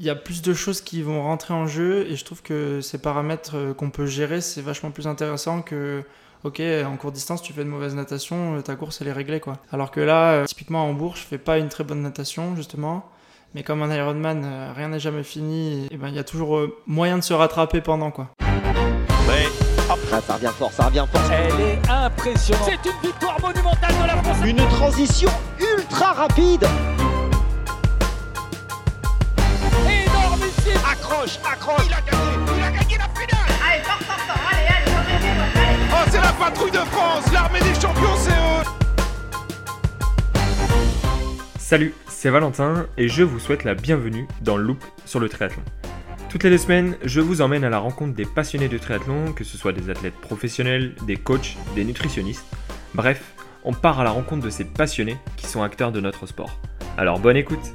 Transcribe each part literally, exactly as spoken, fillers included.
il y a plus de choses qui vont rentrer en jeu et je trouve que ces paramètres qu'on peut gérer, c'est vachement plus intéressant que ok, en courte distance, tu fais de mauvaise natation, ta course, elle est réglée, quoi. Alors que là, typiquement en Hambourg, je fais pas une très bonne natation, justement. Mais comme un Ironman, rien n'est jamais fini. Et ben, il y a toujours moyen de se rattraper pendant, quoi. Ouais. Hop. Ah, ça revient fort, ça revient fort. Elle est impressionnante. C'est une victoire monumentale de la France. Une transition ultra rapide. Énormissime. Accroche, accroche. Il a gagné, il a gagné la finale. Allez, fort, fort, fort. Allez, allez, allez, allez. Oh, c'est la patrouille de France. L'armée des champions, c'est eux. Salut, c'est Valentin et je vous souhaite la bienvenue dans Loop sur le triathlon. Toutes les deux semaines, je vous emmène à la rencontre des passionnés de triathlon, que ce soit des athlètes professionnels, des coachs, des nutritionnistes. Bref, on part à la rencontre de ces passionnés qui sont acteurs de notre sport. Alors bonne écoute!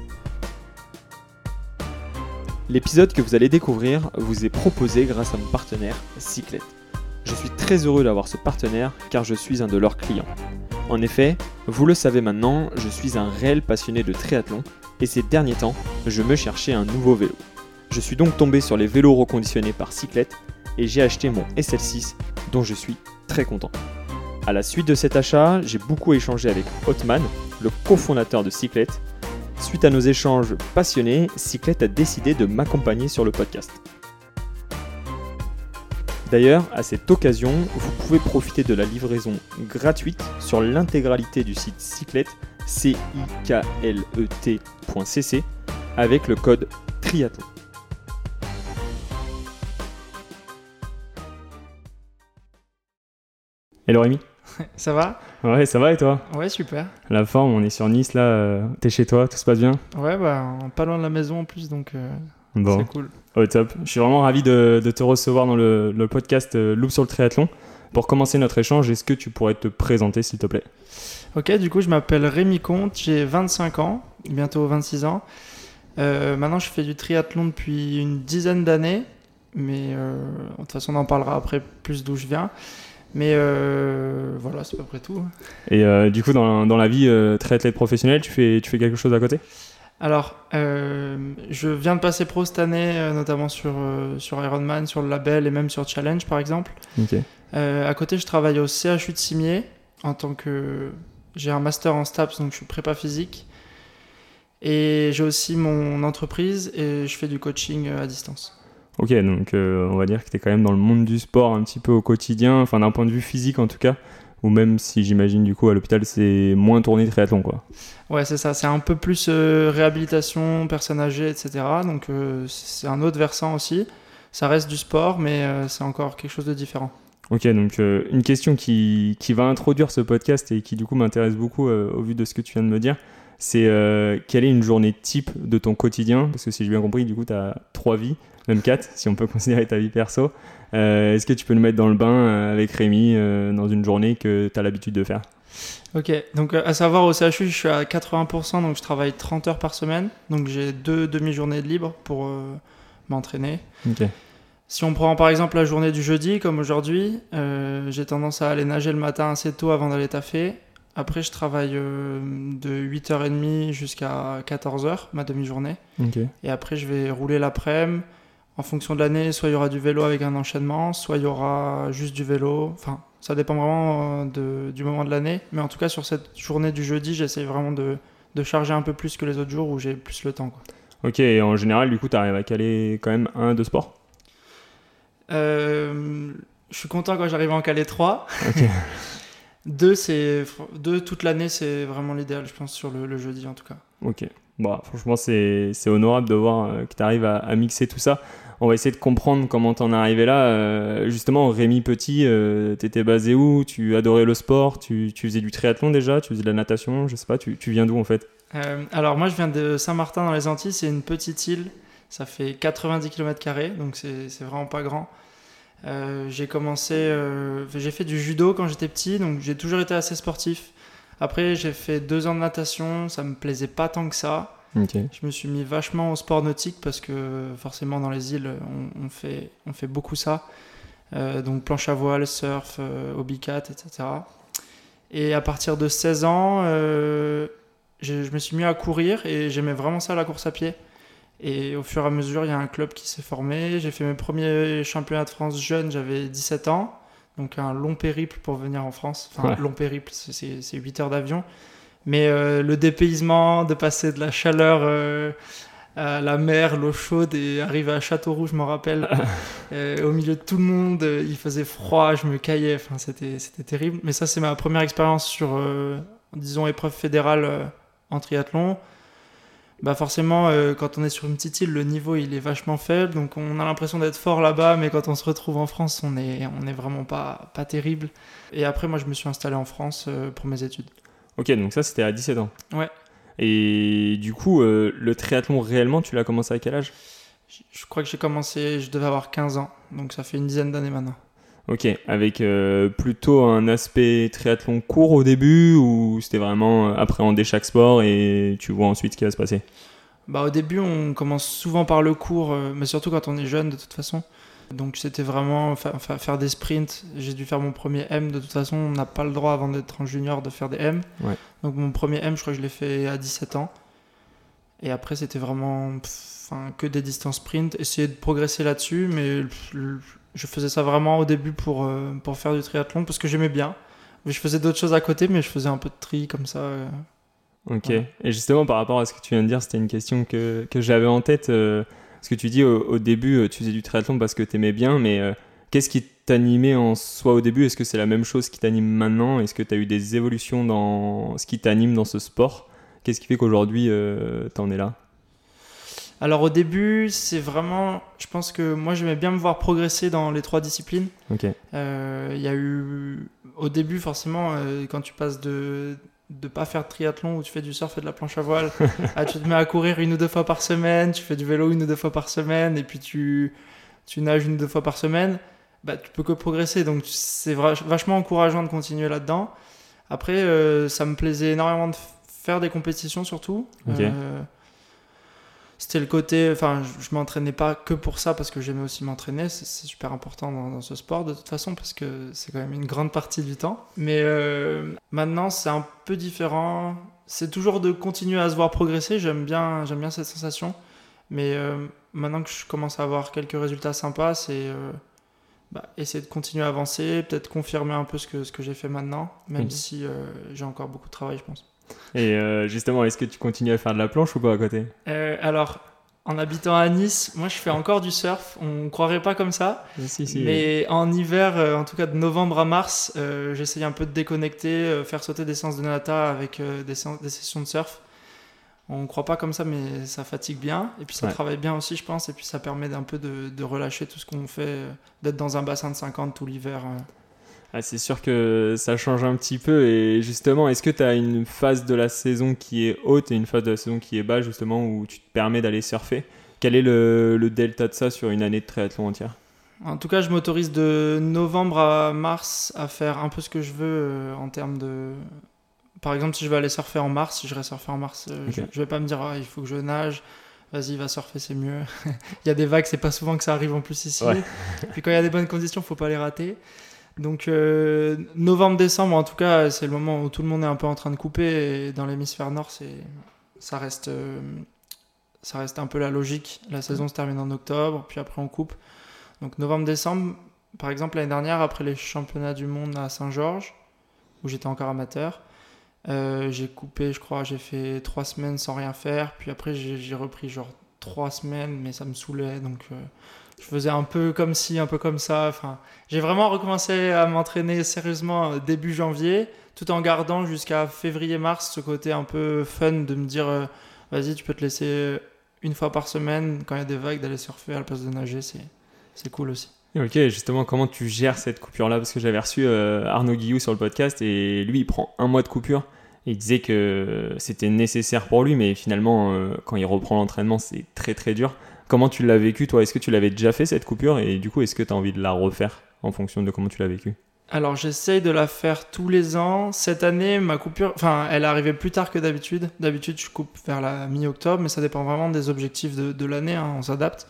L'épisode que vous allez découvrir vous est proposé grâce à mon partenaire Cyclette. Je suis très heureux d'avoir ce partenaire car je suis un de leurs clients. En effet, vous le savez maintenant, je suis un réel passionné de triathlon et ces derniers temps, je me cherchais un nouveau vélo. Je suis donc tombé sur les vélos reconditionnés par Cyclette et j'ai acheté mon S L six dont je suis très content. À la suite de cet achat, j'ai beaucoup échangé avec Othman, le cofondateur de Cyclette. Suite à nos échanges passionnés, Cyclette a décidé de m'accompagner sur le podcast. D'ailleurs, à cette occasion, vous pouvez profiter de la livraison gratuite sur l'intégralité du site Cyclette, C I K L E T point C C, avec le code triathlon. Hello Rémi. Ça va ? Ouais, ça va et toi ? Ouais, super. La forme, on est sur Nice là, euh, t'es chez toi, tout se passe bien ? Ouais, bah, pas loin de la maison en plus, donc euh, bon. c'est cool. Au top. Je suis vraiment ravi de, de te recevoir dans le, le podcast euh, Loop sur le triathlon. Pour commencer notre échange, est-ce que tu pourrais te présenter s'il te plaît ? Ok, du coup, je m'appelle Rémi Comte, j'ai vingt-cinq ans, bientôt vingt-six ans. Euh, maintenant, je fais du triathlon depuis une dizaine d'années, mais euh, de toute façon, on en parlera après plus d'où je viens. Mais euh, voilà, c'est à peu près tout. Et euh, du coup, dans, dans la vie euh, triathlète professionnelle, tu fais, tu fais quelque chose à côté ? Alors, euh, je viens de passer pro cette année, euh, notamment sur, euh, sur Ironman, sur le label et même sur Challenge, par exemple. Ok. Euh, à côté, je travaille au C H U de Cimier en tant que... J'ai un master en STAPS, donc je suis prépa physique. Et j'ai aussi mon entreprise et je fais du coaching à distance. Ok, donc euh, on va dire que tu es quand même dans le monde du sport un petit peu au quotidien, enfin d'un point de vue physique en tout cas, ou même si j'imagine du coup à l'hôpital c'est moins tourné triathlon quoi. Ouais, c'est ça, c'est un peu plus euh, réhabilitation, personnes âgées, et cetera. Donc euh, c'est un autre versant aussi. Ça reste du sport, mais euh, c'est encore quelque chose de différent. Ok, donc euh, une question qui, qui va introduire ce podcast et qui du coup m'intéresse beaucoup euh, au vu de ce que tu viens de me dire, c'est euh, quelle est une journée type de ton quotidien ? Parce que si j'ai bien compris, du coup tu as trois vies. Même quatre, si on peut considérer ta vie perso. Euh, est-ce que tu peux nous mettre dans le bain avec Rémi euh, dans une journée que tu as l'habitude de faire ? Ok, donc à savoir au C H U, je suis à quatre-vingts pour cent, donc je travaille trente heures par semaine. Donc j'ai deux demi-journées de libre pour euh, m'entraîner. Ok. Si on prend par exemple la journée du jeudi, comme aujourd'hui, euh, j'ai tendance à aller nager le matin assez tôt avant d'aller taffer. Après, je travaille euh, de huit heures trente jusqu'à quatorze heures, ma demi-journée. Ok. Et après, je vais rouler l'après-midi. En fonction de l'année, soit il y aura du vélo avec un enchaînement, soit il y aura juste du vélo. Enfin, ça dépend vraiment de, du moment de l'année. Mais en tout cas, sur cette journée du jeudi, j'essaie vraiment de, de charger un peu plus que les autres jours où j'ai plus le temps, quoi. Ok, et en général, du coup, tu arrives à caler quand même un, deux sports ? euh, Je suis content quand j'arrive à en caler trois. Ok. deux, c'est, deux, toute l'année, c'est vraiment l'idéal, je pense, sur le, le jeudi en tout cas. Ok. Bon, franchement, c'est, c'est honorable de voir euh, que tu arrives à, à mixer tout ça. On va essayer de comprendre comment t'en es arrivé là. Euh, justement, Rémi Petit, euh, t'étais basé où ? Tu adorais le sport ? tu, tu faisais du triathlon déjà ? Tu faisais de la natation ? Je sais pas, tu, tu viens d'où en fait ? euh, Alors moi, je viens de Saint-Martin dans les Antilles. C'est une petite île. Ça fait quatre-vingt-dix kilomètres carrés, donc c'est, c'est vraiment pas grand. Euh, j'ai commencé... Euh, j'ai fait du judo quand j'étais petit, donc j'ai toujours été assez sportif. Après, j'ai fait deux ans de natation. Ça me plaisait pas tant que ça. Okay. Je me suis mis vachement au sport nautique parce que forcément dans les îles on, on, fait, on fait beaucoup ça, euh, donc planche à voile, surf, euh, hobbycat, et cetera. Et à partir de seize ans, euh, je, je me suis mis à courir et j'aimais vraiment ça, la course à pied. Et au fur et à mesure, il y a un club qui s'est formé. J'ai fait mes premiers championnats de France jeunes, j'avais dix-sept ans. Donc un long périple pour venir en France. Enfin, Ouais. long périple, c'est, c'est, c'est huit heures d'avion. Mais euh, le dépaysement, de passer de la chaleur euh, à la mer, l'eau chaude, et arriver à Châteauroux, je m'en rappelle, euh, au milieu de tout le monde, euh, il faisait froid, je me caillais, enfin, c'était, c'était terrible. Mais ça, c'est ma première expérience sur, euh, disons, épreuve fédérale euh, en triathlon. Bah forcément, euh, quand on est sur une petite île, le niveau il est vachement faible, donc on a l'impression d'être fort là-bas, mais quand on se retrouve en France, on est, on est vraiment pas, pas terrible. Et après, moi, je me suis installé en France euh, pour mes études. Ok, donc ça c'était à dix-sept ans. Ouais. Et du coup, euh, le triathlon réellement, tu l'as commencé à quel âge ? Je, je crois que j'ai commencé, je devais avoir quinze ans, donc ça fait une dizaine d'années maintenant. Ok, avec euh, plutôt un aspect triathlon court au début ou c'était vraiment euh, appréhender chaque sport et tu vois ensuite ce qui va se passer ? Bah, au début, on commence souvent par le court, euh, mais surtout quand on est jeune de toute façon. Donc c'était vraiment fa- fa- faire des sprints. J'ai dû faire mon premier M, de toute façon, on n'a pas le droit avant d'être en junior de faire des M. Ouais. Donc mon premier M, je crois que je l'ai fait à dix-sept ans. Et après, c'était vraiment enfin, que des distances sprint, essayer de progresser là-dessus, mais le- je faisais ça vraiment au début pour, euh, pour faire du triathlon, parce que j'aimais bien. Mais je faisais d'autres choses à côté, mais je faisais un peu de tri comme ça. euh. Ok, Ouais. et justement par rapport à ce que tu viens de dire, c'était une question que, que j'avais en tête. Euh, parce que tu dis au, au début, euh, tu faisais du triathlon parce que tu aimais bien, mais euh, qu'est-ce qui t'animait en soi au début ? Est-ce que c'est la même chose qui t'anime maintenant ? Est-ce que tu as eu des évolutions dans ce qui t'anime dans ce sport ? Qu'est-ce qui fait qu'aujourd'hui, euh, t'en es là ? Alors au début, c'est vraiment... Je pense que moi, j'aimais bien me voir progresser dans les trois disciplines. Ok. Euh, Il y a eu... Au début, forcément, euh, quand tu passes de de pas faire de triathlon où tu fais du surf et de la planche à voile, ah, tu te mets à courir une ou deux fois par semaine, tu fais du vélo une ou deux fois par semaine, et puis tu, tu nages une ou deux fois par semaine, bah, tu peux que progresser. Donc c'est vra- vachement encourageant de continuer là-dedans. Après, euh, ça me plaisait énormément de f- faire des compétitions surtout. Ok. Euh, c'était le côté, enfin, je, je m'entraînais pas que pour ça parce que j'aimais aussi m'entraîner, c'est, c'est super important dans, dans ce sport de toute façon parce que c'est quand même une grande partie du temps. Mais euh, maintenant, c'est un peu différent. C'est toujours de continuer à se voir progresser. J'aime bien, j'aime bien cette sensation. Mais euh, maintenant que je commence à avoir quelques résultats sympas, c'est euh, bah, essayer de continuer à avancer, peut-être confirmer un peu ce que ce que j'ai fait maintenant, même Mhm. si euh, j'ai encore beaucoup de travail, je pense. Et euh, justement, est-ce que tu continues à faire de la planche ou pas à côté ? Euh, alors, en habitant à Nice, moi je fais encore du surf. On ne croirait pas comme ça. Si, si. Mais en hiver, euh, en tout cas de novembre à mars, euh, j'essaye un peu de déconnecter, euh, faire sauter des séances de nata avec euh, des, séances- des sessions de surf. On ne croit pas comme ça, mais ça fatigue bien. Et puis ça Ouais. travaille bien aussi, je pense. Et puis ça permet d'un peu de, de relâcher tout ce qu'on fait, euh, d'être dans un bassin de cinquante tout l'hiver. euh. Ah, c'est sûr que ça change un petit peu. Et justement, est-ce que tu as une phase de la saison qui est haute et une phase de la saison qui est basse, justement, où tu te permets d'aller surfer ? Quel est le, le delta de ça sur une année de triathlon entière ? En tout cas, je m'autorise de novembre à mars à faire un peu ce que je veux euh, en termes de... Par exemple, si je veux aller surfer en mars, j'irai surfer en mars. Euh, Ok. je, je vais pas me dire, ah, il faut que je nage. Vas-y, va surfer, c'est mieux. Il y a des vagues, c'est pas souvent que ça arrive en plus ici. Ouais. Puis quand il y a des bonnes conditions, faut pas les rater. Donc euh, novembre-décembre, en tout cas, c'est le moment où tout le monde est un peu en train de couper. Et dans l'hémisphère nord, c'est, ça reste, euh, ça reste un peu la logique. La saison se termine en octobre, puis après on coupe. Donc novembre-décembre, par exemple l'année dernière, après les championnats du monde à Saint-Georges, où j'étais encore amateur, euh, j'ai coupé, je crois, j'ai fait trois semaines sans rien faire. Puis après j'ai, j'ai repris genre trois semaines, mais ça me saoulait, donc euh, je faisais un peu comme ci, un peu comme ça. Enfin, j'ai vraiment recommencé à m'entraîner sérieusement euh, début janvier, tout en gardant jusqu'à février-mars ce côté un peu fun de me dire euh, vas-y, tu peux te laisser une fois par semaine quand il y a des vagues d'aller surfer à la place de nager, c'est, c'est cool aussi. Et ok, justement, comment tu gères cette coupure-là ? Parce que j'avais reçu euh, Arnaud Guillou sur le podcast et lui, il prend un mois de coupure. Et il disait que c'était nécessaire pour lui, mais finalement, euh, quand il reprend l'entraînement, c'est très très dur. Comment tu l'as vécu, toi ? Est-ce que tu l'avais déjà fait, cette coupure ? Et du coup, est-ce que tu as envie de la refaire en fonction de comment tu l'as vécu ? Alors j'essaye de la faire tous les ans. Cette année, ma coupure, enfin, elle est arrivée plus tard que d'habitude. D'habitude, je coupe vers la mi-octobre, mais ça dépend vraiment des objectifs de, de l'année, hein, on s'adapte.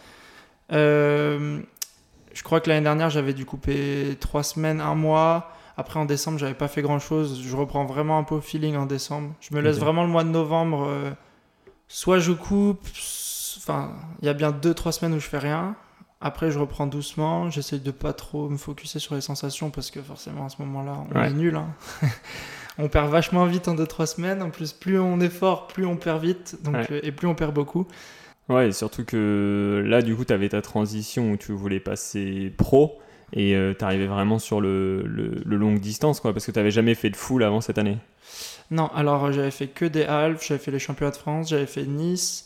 Euh, je crois que l'année dernière, j'avais dû couper trois semaines, un mois. Après, en décembre, j'avais pas fait grand-chose. Je reprends vraiment un peu au feeling en décembre. Je me laisse Ok. vraiment le mois de novembre. euh, soit je coupe, enfin, il y a bien deux trois semaines où je fais rien. Après, je reprends doucement. J'essaye de pas trop me focuser sur les sensations parce que forcément, à ce moment-là, on Ouais. est nul. Hein. On perd vachement vite en deux trois semaines. En plus, plus on est fort, plus on perd vite. Donc, Ouais. euh, et plus on perd beaucoup. Ouais, et surtout que là, du coup, tu avais ta transition où tu voulais passer pro et euh, tu arrivais vraiment sur le, le, le longue distance, quoi, parce que tu n'avais jamais fait de full avant cette année. Non, alors euh, j'avais fait que des halves. J'avais fait les championnats de France. J'avais fait Nice.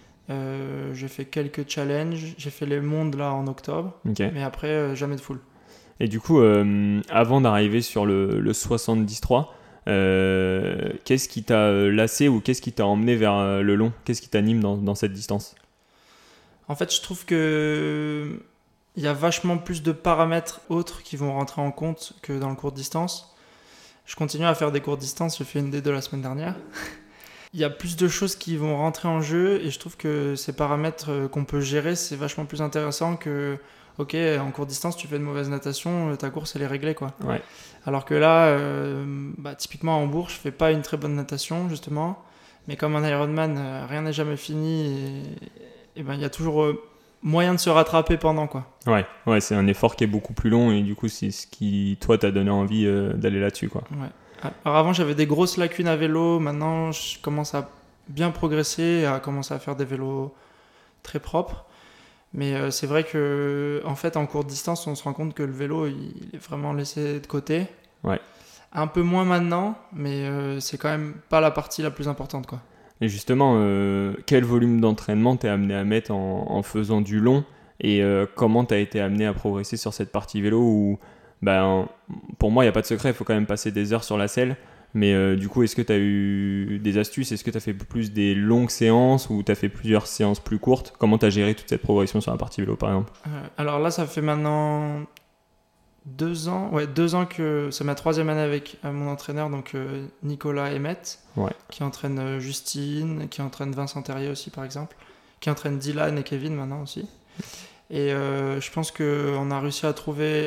Euh, j'ai fait quelques challenges. J'ai fait les mondes là en octobre. Ok. Mais après, euh, jamais de full. Et du coup, euh, avant d'arriver sur le, le soixante-dix trois, euh, qu'est-ce qui t'a lassé ou qu'est-ce qui t'a emmené vers euh, le long? Qu'est-ce qui t'anime dans, dans cette distance? En fait, je trouve que il y a vachement plus de paramètres autres qui vont rentrer en compte que dans le court distance. Je continue à faire des courtes distances, j'ai fait une D deux la semaine dernière. Il y a plus de choses qui vont rentrer en jeu et je trouve que ces paramètres qu'on peut gérer, c'est vachement plus intéressant que ok, en courte distance, tu fais de mauvaise natation, ta course elle est réglée quoi. Ouais. Alors que là, euh, bah, typiquement à Hambourg, je fais pas une très bonne natation justement, mais comme un Ironman, euh, rien n'est jamais fini et, et ben il y a toujours euh, moyen de se rattraper pendant quoi. Ouais, ouais, c'est un effort qui est beaucoup plus long et du coup, c'est ce qui, toi, t'a donné envie euh, d'aller là-dessus, quoi. Ouais. Alors avant, j'avais des grosses lacunes à vélo. Maintenant, je commence à bien progresser, à commencer à faire des vélos très propres. Mais euh, c'est vrai que, en fait, en courte distance, on se rend compte que le vélo, il est vraiment laissé de côté. Ouais. Un peu moins maintenant, mais euh, c'est quand même pas la partie la plus importante, quoi. Et justement, euh, quel volume d'entraînement t'es amené à mettre en, en faisant du long et euh, comment t'as été amené à progresser sur cette partie vélo où, ben, pour moi, il n'y a pas de secret, il faut quand même passer des heures sur la selle. Mais euh, du coup, est-ce que tu as eu des astuces? Est-ce que tu as fait plus des longues séances ou tu as fait plusieurs séances plus courtes? Comment tu as géré toute cette progression sur la partie vélo, par exemple? Euh, alors là, ça fait maintenant deux ans. Ouais, deux ans que c'est ma troisième année avec euh, mon entraîneur, donc euh, Nicolas Emmett, Ouais. qui entraîne euh, Justine, qui entraîne Vincent Terrier aussi, par exemple, qui entraîne Dylan et Kevin maintenant aussi. Et euh, je pense qu'on a réussi à trouver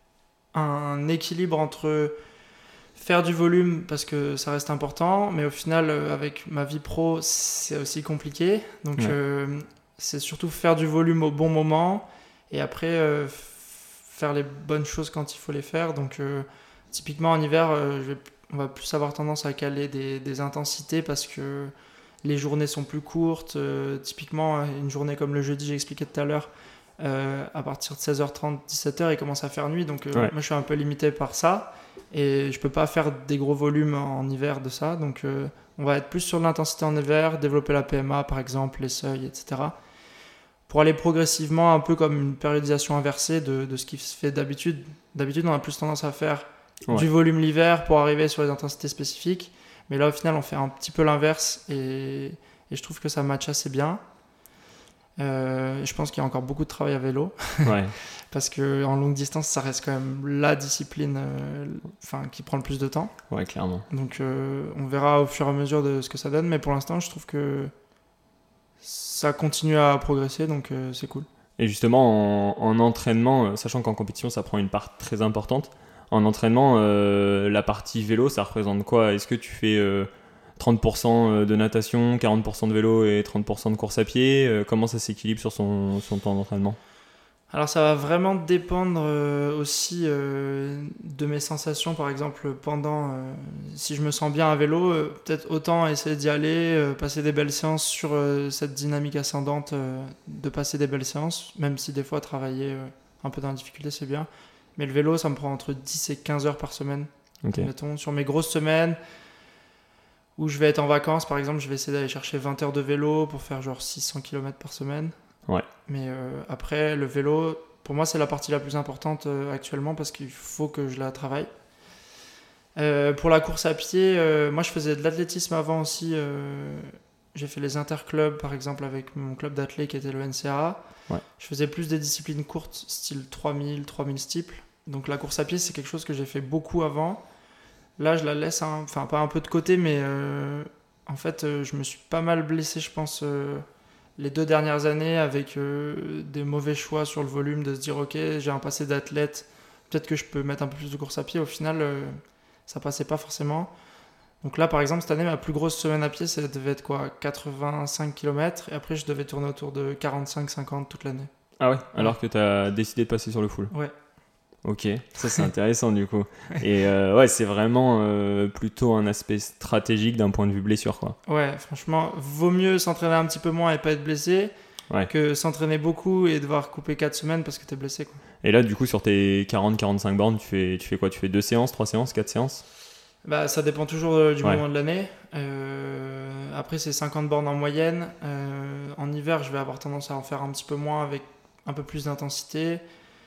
un équilibre entre faire du volume parce que ça reste important, mais au final, euh, avec ma vie pro, c'est aussi compliqué. Donc, Ouais. euh, c'est surtout faire du volume au bon moment et après euh, f- faire les bonnes choses quand il faut les faire. Donc, euh, typiquement en hiver, euh, je vais, on va plus avoir tendance à caler des, des intensités parce que les journées sont plus courtes. Euh, typiquement, une journée comme le jeudi, j'ai expliqué tout à l'heure, euh, à partir de seize heures trente, dix-sept heures, il commence à faire nuit. Donc, euh, Ouais. moi, je suis un peu limité par ça. Et je peux pas faire des gros volumes en hiver de ça. Donc, euh, on va être plus sur l'intensité en hiver, développer la P M A, par exemple, les seuils, et cetera. Pour aller progressivement, un peu comme une périodisation inversée de, de ce qui se fait d'habitude. D'habitude, on a plus tendance à faire Ouais. du volume l'hiver pour arriver sur les intensités spécifiques. Mais là, au final, on fait un petit peu l'inverse et, et je trouve que ça match assez bien. Euh, je pense qu'il y a encore beaucoup de travail à vélo Ouais. parce qu'en longue distance, ça reste quand même la discipline euh, enfin, qui prend le plus de temps. Ouais, clairement. Donc, euh, on verra au fur et à mesure de ce que ça donne. Mais pour l'instant, je trouve que ça continue à progresser, donc euh, c'est cool. Et justement, en, en entraînement, euh, sachant qu'en compétition, ça prend une part très importante, en entraînement, euh, la partie vélo, ça représente quoi? Est-ce que tu fais euh, trente pour cent de natation, quarante pour cent de vélo et trente pour cent de course à pied? euh, Comment ça s'équilibre sur son, son temps d'entraînement? Alors ça va vraiment dépendre euh, aussi euh, de mes sensations, par exemple pendant, euh, si je me sens bien à vélo, euh, peut-être autant essayer d'y aller, euh, passer des belles séances sur euh, cette dynamique ascendante, euh, de passer des belles séances, même si des fois travailler euh, un peu dans la difficulté c'est bien. Mais le vélo ça me prend entre dix et quinze heures par semaine, Ok. mettons, sur mes grosses semaines où je vais être en vacances par exemple, je vais essayer d'aller chercher vingt heures de vélo pour faire genre six cents kilomètres par semaine. Ouais. Mais euh, après, le vélo, pour moi, c'est la partie la plus importante euh, actuellement parce qu'il faut que je la travaille. Euh, pour la course à pied, euh, moi, je faisais de l'athlétisme avant aussi. Euh, j'ai fait les interclubs, par exemple, avec mon club d'athlètes qui était le N C A A. Ouais. Je faisais plus des disciplines courtes, style trois mille, trois mille steeple. Donc la course à pied, c'est quelque chose que j'ai fait beaucoup avant. Là, je la laisse, un, enfin, pas un peu de côté, mais euh, en fait, euh, je me suis pas mal blessé, je pense... Euh, les deux dernières années avec euh, des mauvais choix sur le volume, de se dire ok, j'ai un passé d'athlète, peut-être que je peux mettre un peu plus de course à pied. Au final, euh, ça passait pas forcément. Donc là, par exemple, cette année, ma plus grosse semaine à pied, ça devait être quoi, quatre-vingt-cinq kilomètres, et après, je devais tourner autour de quarante-cinq cinquante toute l'année. Ah ouais, alors que tu as décidé de passer sur le full. Ouais. Ok, ça c'est intéressant du coup. Et euh, ouais, c'est vraiment euh, plutôt un aspect stratégique d'un point de vue blessure, quoi. Ouais, franchement, vaut mieux s'entraîner un petit peu moins et pas être blessé ouais. que s'entraîner beaucoup et devoir couper quatre semaines parce que t'es blessé, quoi. Et là, du coup, sur tes quarante à quarante-cinq bornes, tu fais, tu fais quoi? Tu fais deux séances, trois séances, quatre séances? Bah, ça dépend toujours du ouais. moment de l'année. Euh, après, c'est cinquante bornes en moyenne. Euh, en hiver, je vais avoir tendance à en faire un petit peu moins avec un peu plus d'intensité.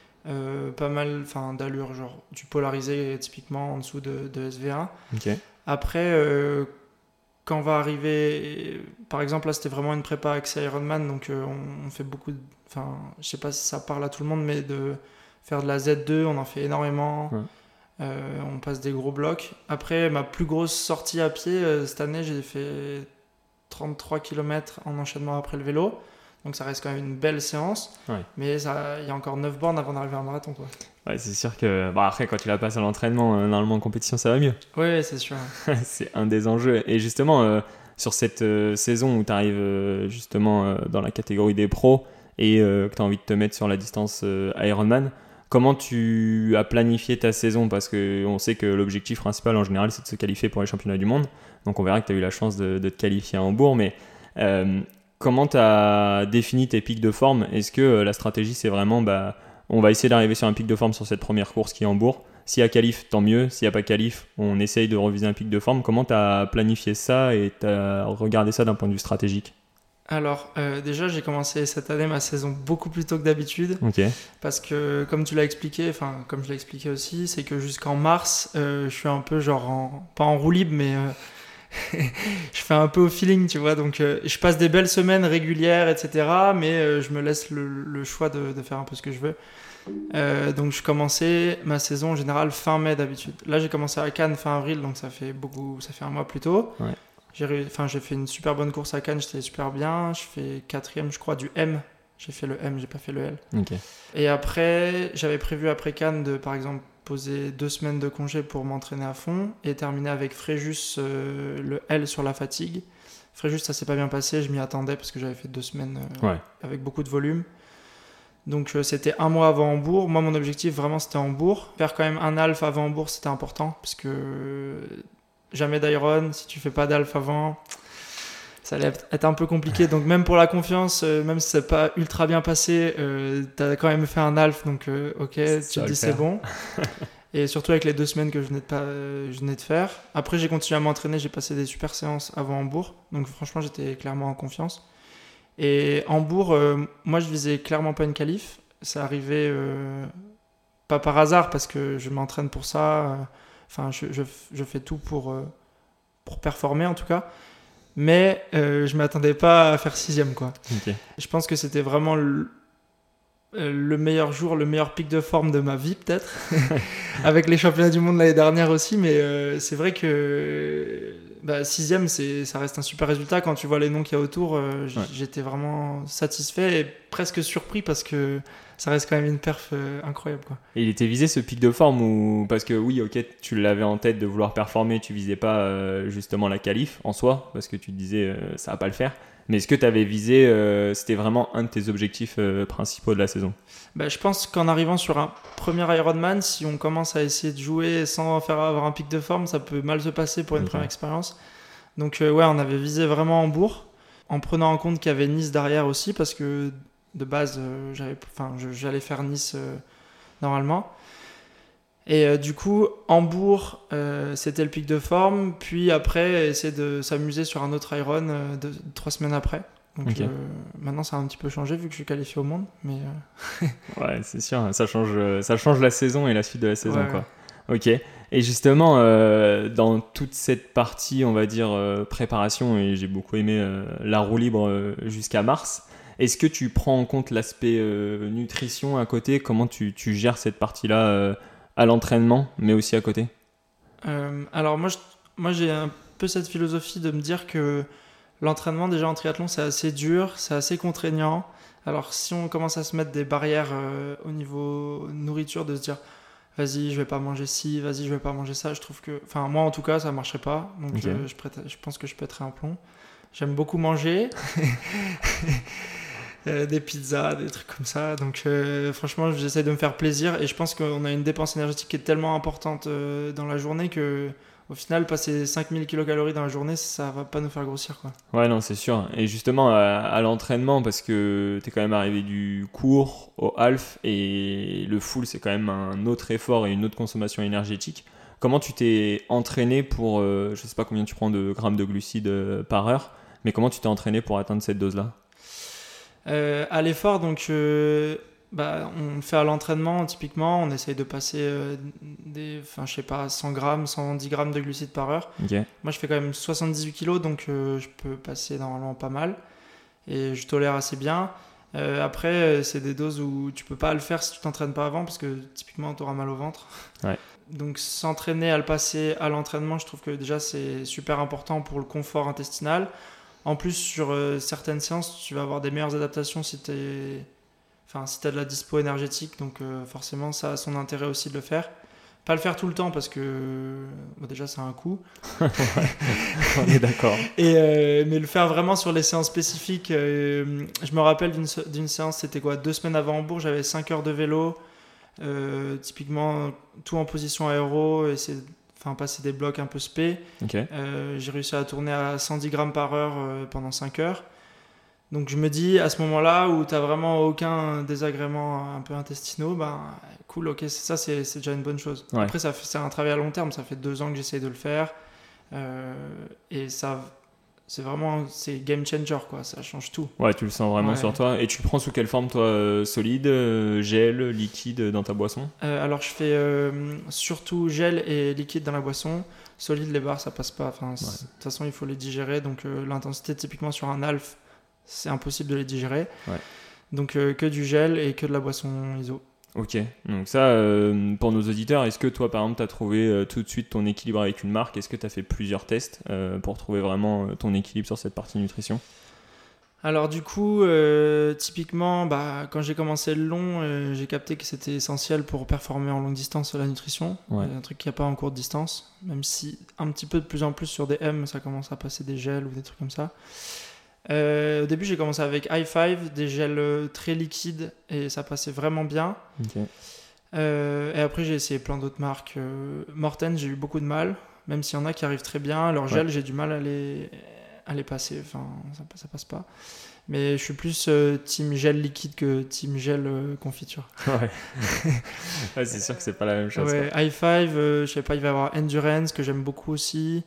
Euh, pas mal d'allure, genre du polarisé typiquement en dessous de, de S V un. Okay. Après, euh, quand on va arriver, par exemple là c'était vraiment une prépa accès Ironman, donc euh, on, on fait beaucoup, enfin je sais pas si ça parle à tout le monde, mais de faire de la Z deux, on en fait énormément. Ouais. Euh, on passe des gros blocs. Après, ma plus grosse sortie à pied euh, cette année, j'ai fait trente-trois kilomètres en enchaînement après le vélo. Donc ça reste quand même une belle séance, ouais. mais il y a encore neuf bornes avant d'arriver à un marathon, quoi. Ouais, c'est sûr que bah après quand tu la passes à l'entraînement, euh, normalement en compétition ça va mieux. Oui, c'est sûr. C'est un des enjeux. Et justement, euh, sur cette euh, saison où tu arrives euh, justement euh, dans la catégorie des pros et euh, que tu as envie de te mettre sur la distance euh, Ironman, comment tu as planifié ta saison? Parce qu'on sait que l'objectif principal en général c'est de se qualifier pour les championnats du monde. Donc on verra que tu as eu la chance de, de te qualifier à Hambourg, mais... Euh, Comment tu as défini tes pics de forme? Est-ce que euh, la stratégie, c'est vraiment, bah, on va essayer d'arriver sur un pic de forme sur cette première course qui est Hambourg. S'il y a qualif, tant mieux. S'il n'y a pas qualif, on essaye de reviser un pic de forme. Comment tu as planifié ça et tu as regardé ça d'un point de vue stratégique? Alors, euh, déjà, j'ai commencé cette année ma saison beaucoup plus tôt que d'habitude. Okay. Parce que, comme tu l'as expliqué, enfin, comme je l'ai expliqué aussi, c'est que jusqu'en mars, euh, je suis un peu genre, en, pas en roue libre, mais... Euh, je fais un peu au feeling, tu vois, donc euh, je passe des belles semaines régulières, et cetera, mais euh, je me laisse le, le choix de, de faire un peu ce que je veux. Euh, donc je commençais ma saison en général fin mai d'habitude. Là j'ai commencé à Cannes fin avril, donc ça fait beaucoup, ça fait un mois plus tôt. Ouais. J'ai, enfin, j'ai fait une super bonne course à Cannes, j'étais super bien. Je fais quatrième, je crois, du M. J'ai fait le M, j'ai pas fait le L. Okay. Et après, j'avais prévu après Cannes de, par exemple, poser deux semaines de congé pour m'entraîner à fond et terminer avec Fréjus euh, le L sur la fatigue. Fréjus, ça s'est pas bien passé, je m'y attendais parce que j'avais fait deux semaines euh, ouais. avec beaucoup de volume. Donc euh, c'était un mois avant Hambourg. Moi, mon objectif vraiment c'était Hambourg. Faire quand même un half avant Hambourg, c'était important parce que euh, jamais d'Iron, si tu fais pas d'half avant, ça allait être un peu compliqué. Donc même pour la confiance, euh, même si c'est pas ultra bien passé, euh, t'as quand même fait un half, donc euh, ok, ça tu te dis c'est bon. Et surtout avec les deux semaines que je venais de, pas, euh, je venais de faire. Après j'ai continué à m'entraîner, j'ai passé des super séances avant Hambourg, donc franchement j'étais clairement en confiance. Et Hambourg, euh, moi je visais clairement pas une qualif, ça arrivait euh, pas par hasard parce que je m'entraîne pour ça, enfin euh, je, je, je fais tout pour, euh, pour performer en tout cas. Mais euh, je ne m'attendais pas à faire sixième, quoi. Okay. Je pense que c'était vraiment le, le meilleur jour, le meilleur pic de forme de ma vie, peut-être. Avec les championnats du monde l'année dernière aussi. Mais euh, c'est vrai que bah, sixième, c'est, ça reste un super résultat. Quand tu vois les noms qu'il y a autour, euh, ouais. j'étais vraiment satisfait et presque surpris parce que ça reste quand même une perf euh, incroyable, quoi. Et il était visé ce pic de forme ou parce que oui, ok, tu l'avais en tête de vouloir performer, tu visais pas euh, justement la qualif en soi parce que tu te disais euh, ça va pas le faire. Mais est-ce que tu avais visé, euh, c'était vraiment un de tes objectifs euh, principaux de la saison? Bah, je pense qu'en arrivant sur un premier Ironman, si on commence à essayer de jouer sans faire avoir un pic de forme, ça peut mal se passer pour une okay. première expérience. Donc euh, ouais, on avait visé vraiment Hambourg en prenant en compte qu'il y avait Nice derrière aussi parce que de base, euh, j'avais, enfin, je, j'allais faire Nice euh, normalement. Et euh, du coup, Hambourg, euh, c'était le pic de forme. Puis après, essayer de s'amuser sur un autre Iron euh, de, de, trois semaines après. Donc okay. euh, maintenant, ça a un petit peu changé vu que je suis qualifié au monde. Mais euh... ouais, c'est sûr, ça change, ça change la saison et la suite de la saison, ouais, quoi. Ouais. Ok. Et justement, euh, dans toute cette partie, on va dire, euh, préparation, et j'ai beaucoup aimé euh, la roue libre euh, jusqu'à mars, est-ce que tu prends en compte l'aspect euh, nutrition à côté? Comment tu, tu gères cette partie-là euh, à l'entraînement, mais aussi à côté? euh, Alors moi, je, moi, j'ai un peu cette philosophie de me dire que l'entraînement déjà en triathlon, c'est assez dur, c'est assez contraignant. Alors si on commence à se mettre des barrières euh, au niveau nourriture, de se dire vas-y, je vais pas manger ci, vas-y, je vais pas manger ça. Je trouve que, enfin, moi en tout cas, ça marcherait pas. Donc, Ok. euh, je, prête- je pense que je pèterais un plomb. J'aime beaucoup manger. Euh, des pizzas, des trucs comme ça. Donc, euh, franchement, j'essaie de me faire plaisir. Et je pense qu'on a une dépense énergétique qui est tellement importante euh, dans la journée que, au final, passer cinq mille kilocalories dans la journée, ça va pas nous faire grossir, quoi. Ouais, non, c'est sûr. Et justement, à, à l'entraînement, parce que t'es quand même arrivé du court au half et le full, c'est quand même un autre effort et une autre consommation énergétique. Comment tu t'es entraîné pour, euh, je sais pas combien tu prends de grammes de glucides euh, par heure, mais comment tu t'es entraîné pour atteindre cette dose-là? Euh, à l'effort, donc, euh, bah, on le fait à l'entraînement, typiquement. On essaye de passer euh, des, enfin, je sais pas, cent grammes, cent dix grammes de glucides par heure. Ok. Moi, je fais quand même soixante-dix-huit kilos, donc euh, je peux passer normalement pas mal. Et je tolère assez bien. Euh, après, euh, c'est des doses où tu peux pas le faire si tu t'entraînes pas avant, parce que typiquement, tu auras mal au ventre. Ouais. Donc, s'entraîner à le passer à l'entraînement, je trouve que déjà, c'est super important pour le confort intestinal. En plus, sur euh, certaines séances, tu vas avoir des meilleures adaptations si tu enfin, si as de la dispo énergétique. Donc, euh, forcément, ça a son intérêt aussi de le faire. Pas le faire tout le temps parce que bon, déjà, ça a un coût. On est d'accord. Et, euh, mais le faire vraiment sur les séances spécifiques. Euh, je me rappelle d'une, d'une séance, c'était quoi, deux semaines avant Hambourg, j'avais cinq heures de vélo. Euh, typiquement, tout en position aéro, et c'est, enfin, passer des blocs un peu spé. Ok. Euh, j'ai réussi à tourner à cent dix grammes par heure euh, pendant cinq heures. Donc je me dis, à ce moment-là où tu n'as vraiment aucun désagrément un peu intestinaux, ben, cool, ok, c'est ça, c'est, c'est déjà une bonne chose. Ouais. Après, ça fait, c'est un travail à long terme, ça fait deux ans que j'essaye de le faire. Euh, et ça, c'est vraiment, c'est game changer, quoi, ça change tout. Ouais, tu le sens vraiment Ouais. sur toi. Et tu le prends sous quelle forme, toi? euh, Solide, euh, gel, liquide dans ta boisson? Euh, alors je fais euh, surtout gel et liquide dans la boisson. Solide, les barres, ça passe pas. Enfin, c'est- Ouais. de toute façon, il faut les digérer. Donc euh, l'intensité, typiquement sur un half, c'est impossible de les digérer. Ouais. Donc euh, que du gel et que de la boisson iso. Ok, donc ça, euh, pour nos auditeurs, est-ce que toi, par exemple, tu as trouvé euh, tout de suite ton équilibre avec une marque? Est-ce que tu as fait plusieurs tests euh, pour trouver vraiment euh, ton équilibre sur cette partie nutrition? Alors du coup, euh, typiquement, bah, quand j'ai commencé le long, euh, j'ai capté que c'était essentiel pour performer en longue distance la nutrition. Ouais. Euh, un truc qu'il n'y a pas en courte distance, même si un petit peu de plus en plus sur des M, ça commence à passer des gels ou des trucs comme ça. Euh, au début, j'ai commencé avec High Five, des gels euh, très liquides, et ça passait vraiment bien. Ok. Euh, et après, j'ai essayé plein d'autres marques. Euh, Morten, j'ai eu beaucoup de mal, même s'il y en a qui arrivent très bien. Leurs gels, j'ai du mal à les, à les passer, enfin, ça, ça passe pas. Mais je suis plus euh, team gel liquide que team gel euh, confiture. Ouais. Ouais, c'est sûr que c'est pas la même chose. Ouais, quoi. High Five, euh, je sais pas, il va y avoir Endurance, que j'aime beaucoup aussi.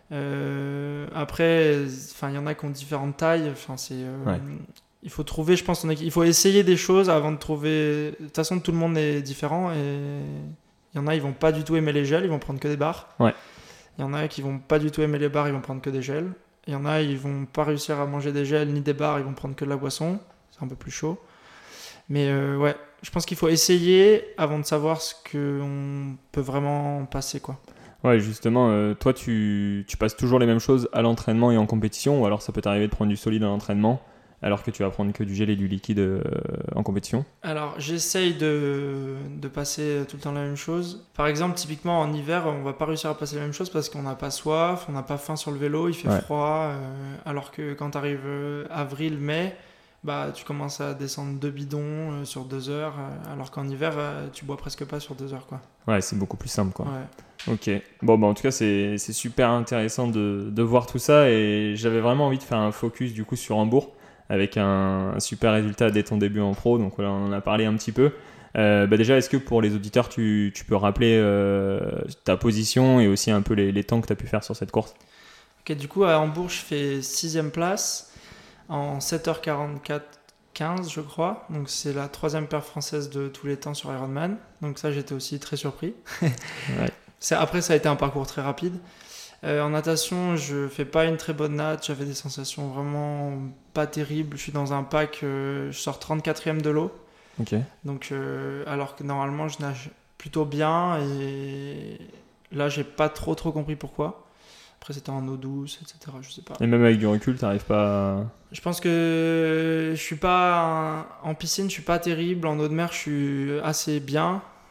Euh, après, enfin, il y en a qui ont différentes tailles. Enfin, c'est, euh, Ouais. il faut trouver, je pense, ton équi- il faut essayer des choses avant de trouver. De toute façon, tout le monde est différent et il y en a, ils vont pas du tout aimer les gels, ils vont prendre que des barres. Ouais. Il y en a qui vont pas du tout aimer les barres, ils vont prendre que des gels. Il y en a, ils vont pas réussir à manger des gels ni des barres, ils vont prendre que de la boisson. C'est un peu plus chaud. Mais euh, ouais, je pense qu'il faut essayer avant de savoir ce qu'on peut vraiment passer, quoi. Ouais, justement, euh, toi, tu, tu passes toujours les mêmes choses à l'entraînement et en compétition, ou alors ça peut t'arriver de prendre du solide à l'entraînement, alors que tu vas prendre que du gel et du liquide euh, en compétition? Alors, j'essaye de, de passer tout le temps la même chose. Par exemple, typiquement en hiver, on va pas réussir à passer la même chose parce qu'on n'a pas soif, on n'a pas faim sur le vélo, il fait Ouais. froid. Euh, alors que quand tu arrives avril, mai, bah, tu commences à descendre deux bidons euh, sur deux heures, euh, alors qu'en hiver, euh, tu bois presque pas sur deux heures, quoi. Ouais, c'est beaucoup plus simple, quoi. Ouais. Ok. Bon, bah, en tout cas, c'est, c'est super intéressant de, de voir tout ça, et j'avais vraiment envie de faire un focus, du coup, sur Hambourg, avec un, un super résultat dès ton début en pro, donc voilà, on en a parlé un petit peu. Euh, bah déjà, est-ce que pour les auditeurs, tu, tu peux rappeler euh, ta position et aussi un peu les, les temps que tu as pu faire sur cette course? Ok, du coup, à Hambourg, je fais sixième place en sept heures quarante-quatre quinze, je crois. Donc, c'est la troisième perf française de tous les temps sur Ironman. Donc, ça, j'étais aussi très surpris. Ouais. C'est, après, ça a été un parcours très rapide. Euh, en natation, je fais pas une très bonne nat. J'avais des sensations vraiment pas terribles. Je suis dans un pack, euh, je sors trente-quatrième de l'eau. Ok. Donc, euh, alors que normalement, je nage plutôt bien. Et là, j'ai pas trop, trop compris pourquoi. Après, c'était en eau douce, et cetera. Je sais pas. Et même avec du recul, t'arrives pas à... Je pense que je suis pas un- en piscine, je suis pas terrible. En eau de mer, je suis assez bien.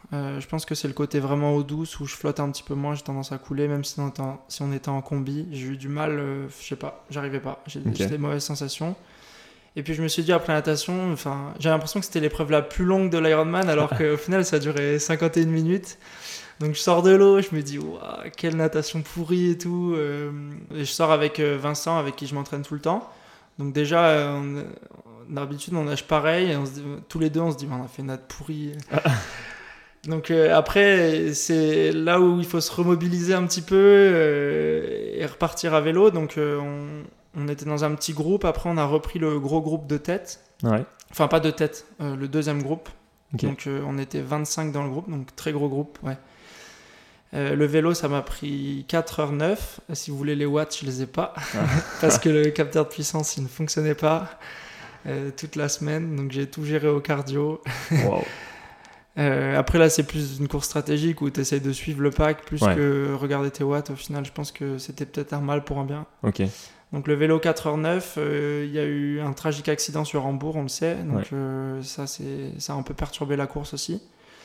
Euh, je pense que c'est le côté vraiment eau douce où je flotte un petit peu moins, j'ai tendance à couler, même si on était en, si on était en combi. J'ai eu du mal, euh, je sais pas, j'arrivais pas. J'ai, Ok. j'ai des mauvaises sensations. Et puis je me suis dit après la natation, enfin, j'ai l'impression que c'était l'épreuve la plus longue de l'Ironman, alors qu'au final ça a duré cinquante et une minutes. Donc je sors de l'eau, je me dis waouh, quelle natation pourrie et tout. euh, Et je sors avec euh, Vincent, avec qui je m'entraîne tout le temps. Donc déjà, euh, on- d'habitude on nage pareil, et on se dit- tous les deux on se dit on a fait une nat pourrie. Donc euh, après, c'est là où il faut se remobiliser un petit peu euh, et repartir à vélo. Donc euh, on, on était dans un petit groupe. Après, on a repris le gros groupe de tête. Ouais. Enfin, pas de tête, euh, le deuxième groupe. Ok. Donc euh, on était vingt-cinq dans le groupe, donc très gros groupe, ouais. Euh, le vélo, ça m'a pris quatre heures neuf. Si vous voulez les watts, je les ai pas. Parce que le capteur de puissance, il ne fonctionnait pas euh, toute la semaine. Donc j'ai tout géré au cardio. Wow. Euh, après là c'est plus une course stratégique où tu essayes de suivre le pack plus Ouais. que regarder tes watts. Au final je pense que c'était peut-être un mal pour un bien. Ok. Donc le vélo quatre heures neuf, euh, il y a eu un tragique accident sur Hambourg, on le sait. Donc Ouais. euh, ça, c'est, ça a un peu perturbé la course aussi.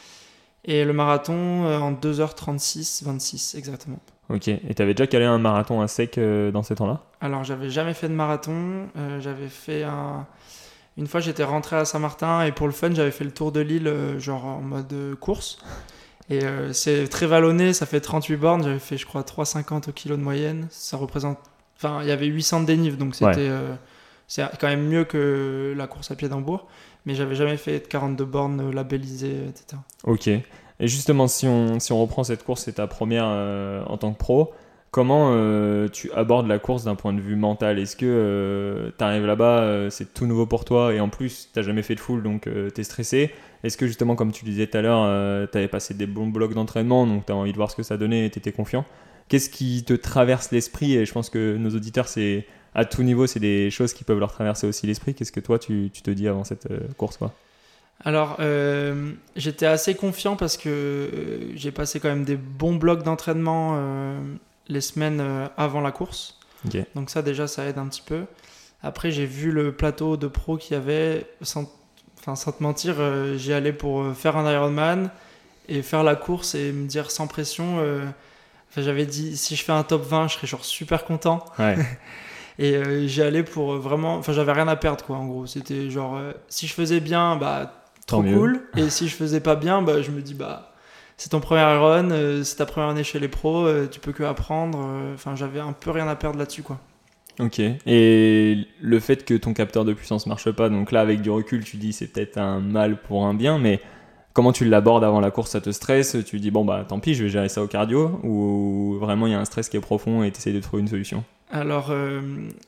Et le marathon euh, en deux heures trente-six, vingt-six exactement. Ok. Et t'avais déjà calé un marathon à sec euh, dans ces temps-là? Alors j'avais jamais fait de marathon, euh, j'avais fait un... Une fois j'étais rentré à Saint-Martin et pour le fun j'avais fait le tour de l'île euh, genre en mode euh, course. Et euh, c'est très vallonné, ça fait trente-huit bornes, j'avais fait je crois trois virgule cinquante au kilo de moyenne. Ça représente... Enfin il y avait huit cents de dénive donc c'était... Ouais. euh, c'est quand même mieux que la course à pied d'Hambourg. Mais j'avais jamais fait de quarante-deux bornes labellisées, et cetera. Ok. Et justement, si on, si on reprend cette course, c'est ta première euh, en tant que pro, comment euh, tu abordes la course d'un point de vue mental? Est-ce que euh, tu arrives là-bas, euh, c'est tout nouveau pour toi et en plus, tu n'as jamais fait de full, donc euh, tu es stressé? Est-ce que justement, comme tu disais tout à l'heure, euh, tu avais passé des bons blocs d'entraînement, donc tu as envie de voir ce que ça donnait et tu étais confiant? Qu'est-ce qui te traverse l'esprit? Et je pense que nos auditeurs, c'est à tout niveau, c'est des choses qui peuvent leur traverser aussi l'esprit. Qu'est-ce que toi, tu, tu te dis avant cette euh, course, quoi? Alors, euh, j'étais assez confiant parce que euh, j'ai passé quand même des bons blocs d'entraînement euh, les semaines euh, avant la course. Ok. Donc ça, déjà, ça aide un petit peu. Après, j'ai vu le plateau de pro qu'il y avait. Sans, enfin, sans te mentir, euh, j'y allais pour euh, faire un Ironman et faire la course et me dire sans pression. euh, enfin, j'avais dit, si je fais un top vingt, je serais genre super content. Ouais. Et euh, j'y allais pour euh, vraiment... Enfin, j'avais rien à perdre, quoi, en gros. C'était genre... euh, si je faisais bien, bah, trop Tant mieux. cool. Et si je faisais pas bien, bah, je me dis, bah, c'est ton premier Iron, euh, c'est ta première année chez les pros, euh, tu peux que apprendre. euh, Enfin, j'avais un peu rien à perdre là-dessus, quoi. Ok. Et le fait que ton capteur de puissance marche pas, donc là, avec du recul, tu dis c'est peut-être un mal pour un bien, mais comment tu l'abordes avant la course? Ça te stresse? Tu dis bon, bah, tant pis, je vais gérer ça au cardio? Ou vraiment, il y a un stress qui est profond et tu essaies de trouver une solution? Alors, euh,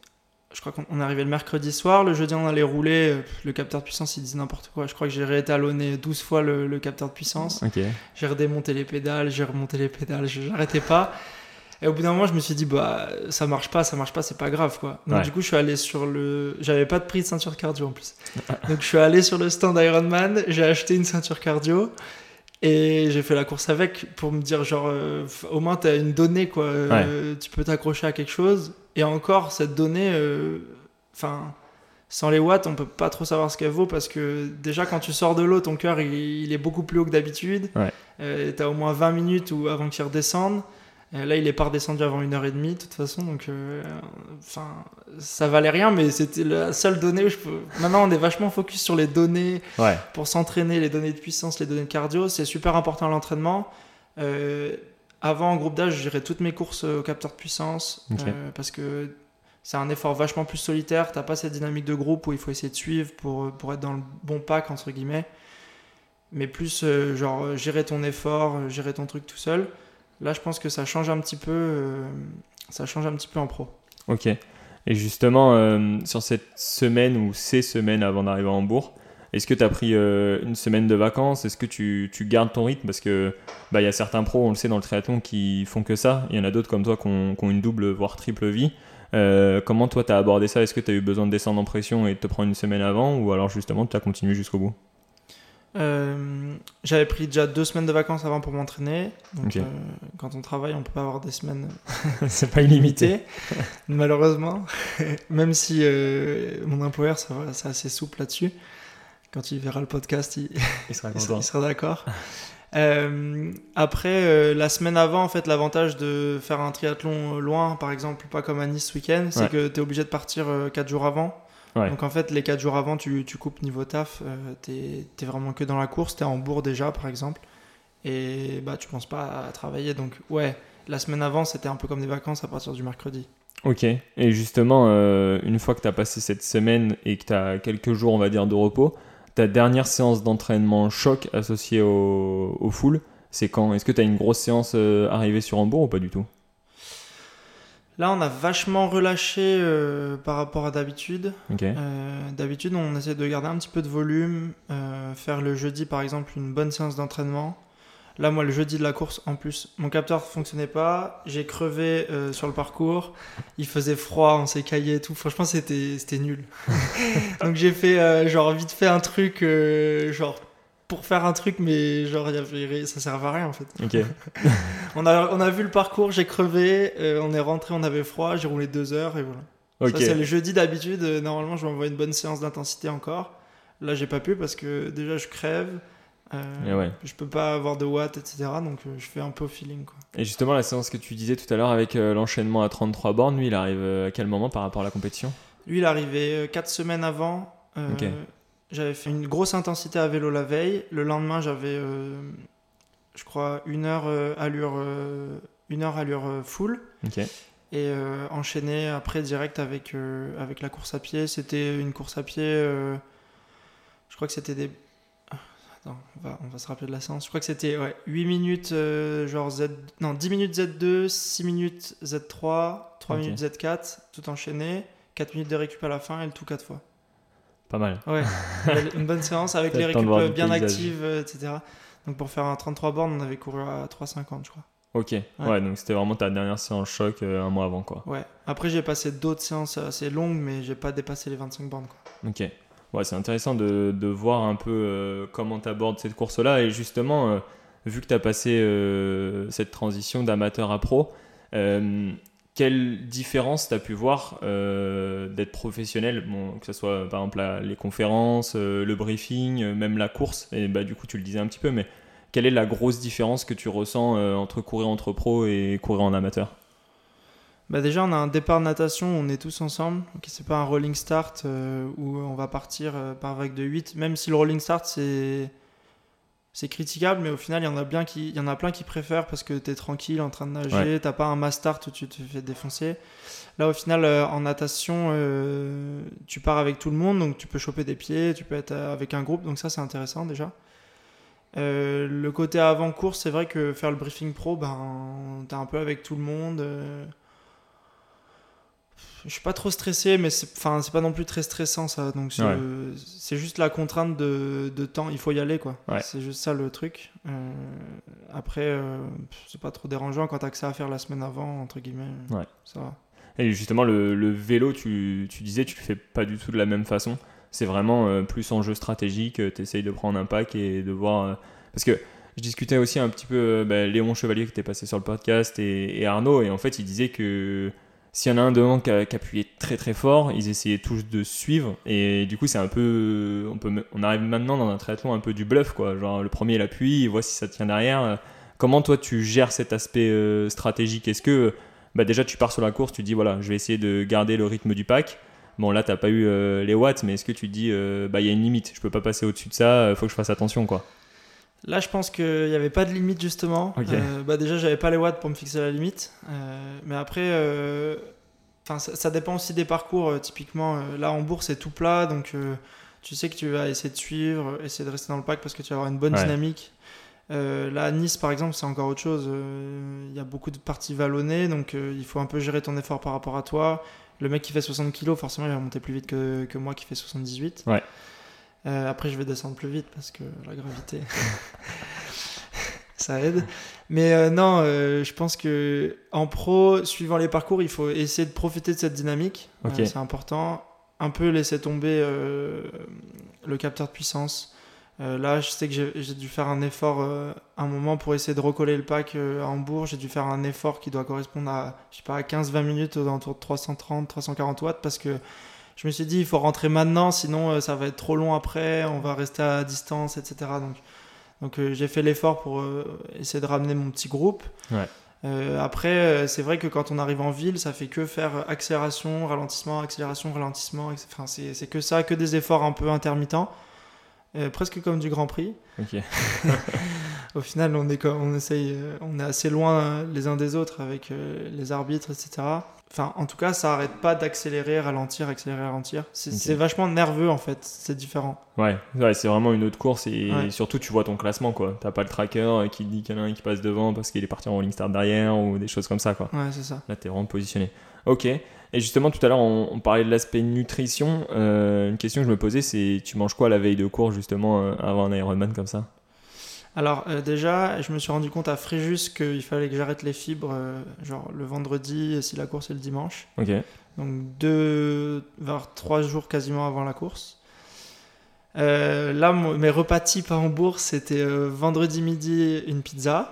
je crois qu'on est arrivé le mercredi soir. Le jeudi, on allait rouler. euh, Le capteur de puissance, il dit n'importe quoi. Je crois que j'ai réétalonné douze fois le, le capteur de puissance. Ok. J'ai redémonté les pédales, j'ai remonté les pédales, je n'arrêtais pas. Et au bout d'un moment, je me suis dit, bah, ça marche pas, ça marche pas, c'est pas grave, quoi. Donc, Ouais. du coup, je suis allé sur le. J'avais pas de prix de ceinture cardio en plus. Donc, je suis allé sur le stand Ironman, j'ai acheté une ceinture cardio et j'ai fait la course avec pour me dire, genre, euh, au moins, t'as une donnée, quoi. Euh, tu peux t'accrocher à quelque chose. Et encore, cette donnée, enfin. Euh, sans les watts, on peut pas trop savoir ce qu'elle vaut parce que déjà quand tu sors de l'eau, ton cœur il, il est beaucoup plus haut que d'habitude. Ouais. Euh, t'as au moins vingt minutes ou avant qu'il redescende. Euh, là, il est pas redescendu avant une heure et demie de toute façon, donc enfin euh, ça valait rien, mais c'était la seule donnée où je peux. Maintenant, on est vachement focus sur les données Ouais. pour s'entraîner, les données de puissance, les données de cardio, c'est super important à l'entraînement. Euh, avant, en groupe d'âge, je gérais toutes mes courses au capteur de puissance Ok. euh, parce que c'est un effort vachement plus solitaire. T'as pas cette dynamique de groupe où il faut essayer de suivre pour, pour être dans le bon pack, entre guillemets. Mais plus, euh, genre, gérer ton effort, gérer ton truc tout seul. Là, je pense que ça change un petit peu, euh, ça change un petit peu en pro. Ok. Et justement, euh, sur cette semaine ou ces semaines avant d'arriver à Hambourg, est-ce que tu as pris euh, une semaine de vacances? Est-ce que tu, tu gardes ton rythme? Parce que bah, y a certains pros, on le sait, dans le triathlon qui font que ça. Il y en a d'autres comme toi qui ont, qui ont une double, voire triple vie. Euh, comment toi tu as abordé ça? Est-ce que tu as eu besoin de descendre en pression et de te prendre une semaine avant? Ou alors justement tu as continué jusqu'au bout? Euh, j'avais pris déjà deux semaines de vacances avant pour m'entraîner. Donc, Ok. euh, quand on travaille, on peut pas avoir des semaines C'est pas illimitées, malheureusement. Même si euh, mon employeur, ça va, c'est assez souple là-dessus. Quand il verra le podcast, il, Il sera il, sera, content. il sera d'accord. Euh, après, euh, la semaine avant, en fait, l'avantage de faire un triathlon loin, par exemple, pas comme à Nice ce week-end, c'est Ouais. que tu es obligé de partir euh, quatre jours avant. Ouais. Donc en fait, les quatre jours avant, tu, tu coupes niveau taf, euh, t'es, t'es vraiment que dans la course, t'es en bourg déjà, par exemple, et bah tu penses pas à travailler. Donc ouais, la semaine avant, c'était un peu comme des vacances à partir du mercredi. Ok. Et justement, euh, une fois que tu as passé cette semaine et que tu as quelques jours, on va dire, de repos, ta dernière séance d'entraînement choc associée au, au full, c'est quand? Est-ce que tu as une grosse séance euh, arrivée sur Hambourg ou pas du tout? Là, on a vachement relâché euh, par rapport à d'habitude. Ok. Euh, d'habitude, on essaie de garder un petit peu de volume, euh, faire le jeudi, par exemple, une bonne séance d'entraînement. Là, moi, le jeudi de la course, en plus, mon capteur ne fonctionnait pas. J'ai crevé euh, sur le parcours. Il faisait froid, on s'est caillé et tout. Franchement, c'était, c'était nul. Donc, j'ai fait, euh, genre, vite fait un truc, euh, genre, pour faire un truc, mais genre, y avait, ça servait à rien, en fait. Ok. On a, on a vu le parcours, j'ai crevé, euh, on est rentré, on avait froid, j'ai roulé deux heures et voilà. Ok. Ça, c'est le jeudi d'habitude. Euh, normalement, je m'envoie une bonne séance d'intensité encore. Là, j'ai pas pu parce que déjà, je crève. Euh, Et ouais. Je peux pas avoir de watts, et cetera. Donc, euh, je fais un peu au feeling, quoi. Et justement, la séance que tu disais tout à l'heure avec euh, l'enchaînement à trente-trois bornes, lui, il arrive euh, à quel moment par rapport à la compétition? Lui, il est arrivé quatre semaines avant. Euh, Ok. J'avais fait une grosse intensité à vélo la veille. Le lendemain, j'avais, euh, je crois, une heure euh, allure, euh, une heure allure euh, full. Ok. Et euh, enchaîné après direct avec, euh, avec la course à pied. C'était une course à pied, euh, je crois que c'était des... Attends, on va, on va se rappeler de la séance. Je crois que c'était ouais, huit minutes, euh, genre Z... Non, dix minutes Z deux, six minutes Z trois, trois Ok. minutes Z quatre, tout enchaîné, quatre minutes de récup à la fin et le tout quatre fois. Pas mal. Ouais, une bonne séance avec T'as les le temps de voir récup du bien paysage. actives, euh, et cetera. Donc pour faire un trente-trois bornes, on avait couru à trois cinquante, je crois. Ok. Ouais, donc c'était vraiment ta dernière séance choc euh, un mois avant, quoi. Ouais. Après, j'ai passé d'autres séances assez longues, mais j'ai pas dépassé les vingt-cinq bornes, quoi. Ok. Ouais, c'est intéressant de, de voir un peu euh, comment tu abordes cette course-là. Et justement, euh, vu que tu as passé euh, cette transition d'amateur à pro, euh, quelle différence tu as pu voir euh, d'être professionnel, bon, que ce soit par exemple la- les conférences, euh, le briefing, euh, même la course, et bah, du coup tu le disais un petit peu, mais quelle est la grosse différence que tu ressens euh, entre courir entre pro et courir en amateur? Bah déjà, on a un départ de natation, on est tous ensemble. Donc, c'est pas un rolling start euh, où on va partir euh, par vague de huit. Même si le rolling start, c'est, c'est critiquable, mais au final, il y en a, bien qui, il y en a plein qui préfèrent parce que t'es tranquille en train de nager, Ouais. t'as pas un mass start où tu te fais défoncer. Là, au final, euh, en natation, euh, tu pars avec tout le monde, donc tu peux choper des pieds, tu peux être euh, avec un groupe, donc ça, c'est intéressant déjà. Euh, le côté avant-course, c'est vrai que faire le briefing pro, ben, t'es un peu avec tout le monde. euh, Je suis pas trop stressé, mais c'est, enfin, c'est pas non plus très stressant ça. Donc c'est, Ouais. c'est juste la contrainte de, de temps. Il faut y aller, quoi. Ouais. C'est juste ça le truc. Euh, après, euh, c'est pas trop dérangeant quand t'as que ça à faire la semaine avant, entre guillemets. Ouais. Ça va. Et justement, le, le vélo, tu, tu disais, tu le fais pas du tout de la même façon. C'est vraiment euh, plus en jeu stratégique. Tu essayes de prendre un pack et de voir. euh, Parce que je discutais aussi un petit peu, euh, bah, Léon Chevalier qui était passé sur le podcast et, et Arnaud. Et en fait, il disait que s'il y en a un devant qui, a- qui appuyait très très fort, ils essayaient tous de suivre. Et du coup, c'est un peu. On, peut, on arrive maintenant dans un triathlon un peu du bluff, quoi. Genre, le premier, il appuie, il voit si ça tient derrière. Comment toi, tu gères cet aspect euh, stratégique? Est-ce que. Bah déjà tu pars sur la course, tu dis voilà, je vais essayer de garder le rythme du pack. Bon là t'as pas eu euh, les watts, mais est-ce que tu te dis euh, bah il y a une limite, je peux pas passer au-dessus de ça, faut que je fasse attention, quoi. Là, je pense qu'il n'y avait pas de limite, justement. Ok. Euh, bah, déjà, j'avais pas les watts pour me fixer la limite. Euh, mais après, euh, ça, ça dépend aussi des parcours. Euh, typiquement, euh, là, en bourse, c'est tout plat. Donc, euh, tu sais que tu vas essayer de suivre, essayer de rester dans le pack parce que tu vas avoir une bonne Ouais. dynamique. Euh, là, à Nice, par exemple, c'est encore autre chose. Il y a beaucoup de parties vallonnées. Donc, euh, il faut un peu gérer ton effort par rapport à toi. Le mec qui fait soixante kilos, forcément, il va monter plus vite que, que moi qui fais soixante-dix-huit. Ouais. Euh, après, je vais descendre plus vite parce que la gravité, ça aide. Mais euh, non, euh, je pense que en pro, suivant les parcours, il faut essayer de profiter de cette dynamique. Ok. Euh, c'est important. Un peu laisser tomber euh, le capteur de puissance. Euh, là, je sais que j'ai, j'ai dû faire un effort euh, un moment pour essayer de recoller le pack euh, à Hambourg. J'ai dû faire un effort qui doit correspondre à, je sais pas, à quinze vingt minutes aux alentours de trois cent trente trois cent quarante watts parce que je me suis dit, il faut rentrer maintenant, sinon euh, ça va être trop long après, on va rester à distance, et cetera. Donc, donc euh, j'ai fait l'effort pour euh, essayer de ramener mon petit groupe. Ouais. Euh, après, euh, c'est vrai que quand on arrive en ville, ça fait que faire accélération, ralentissement, accélération, ralentissement. Enfin, c'est, c'est que ça, que des efforts un peu intermittents. Euh, presque comme du Grand Prix. Ok. Au final, on est, comme, on, essaye, on est assez loin les uns des autres avec euh, les arbitres, et cetera. Enfin, en tout cas, ça n'arrête pas d'accélérer, ralentir, accélérer, ralentir. C'est, okay. c'est vachement nerveux, en fait. C'est différent. Ouais, ouais, c'est vraiment une autre course et ouais. surtout, tu vois ton classement, quoi. T'as pas le tracker qui te dit qu'il y en a un qui passe devant parce qu'il est parti en rolling start derrière ou des choses comme ça, quoi. Ouais, c'est ça. Là, t'es vraiment positionné. Ok. Et justement, tout à l'heure, on, on parlait de l'aspect nutrition. Euh, une question que je me posais, c'est tu manges quoi la veille de course, justement, euh, avant un Ironman comme ça ? Alors euh, déjà, je me suis rendu compte à Fréjus qu'il fallait que j'arrête les fibres, euh, genre le vendredi si la course est le dimanche. Ok. Donc deux, voire trois jours quasiment avant la course. Euh, là, mon, mes repas types à Hambourg, c'était euh, vendredi midi une pizza.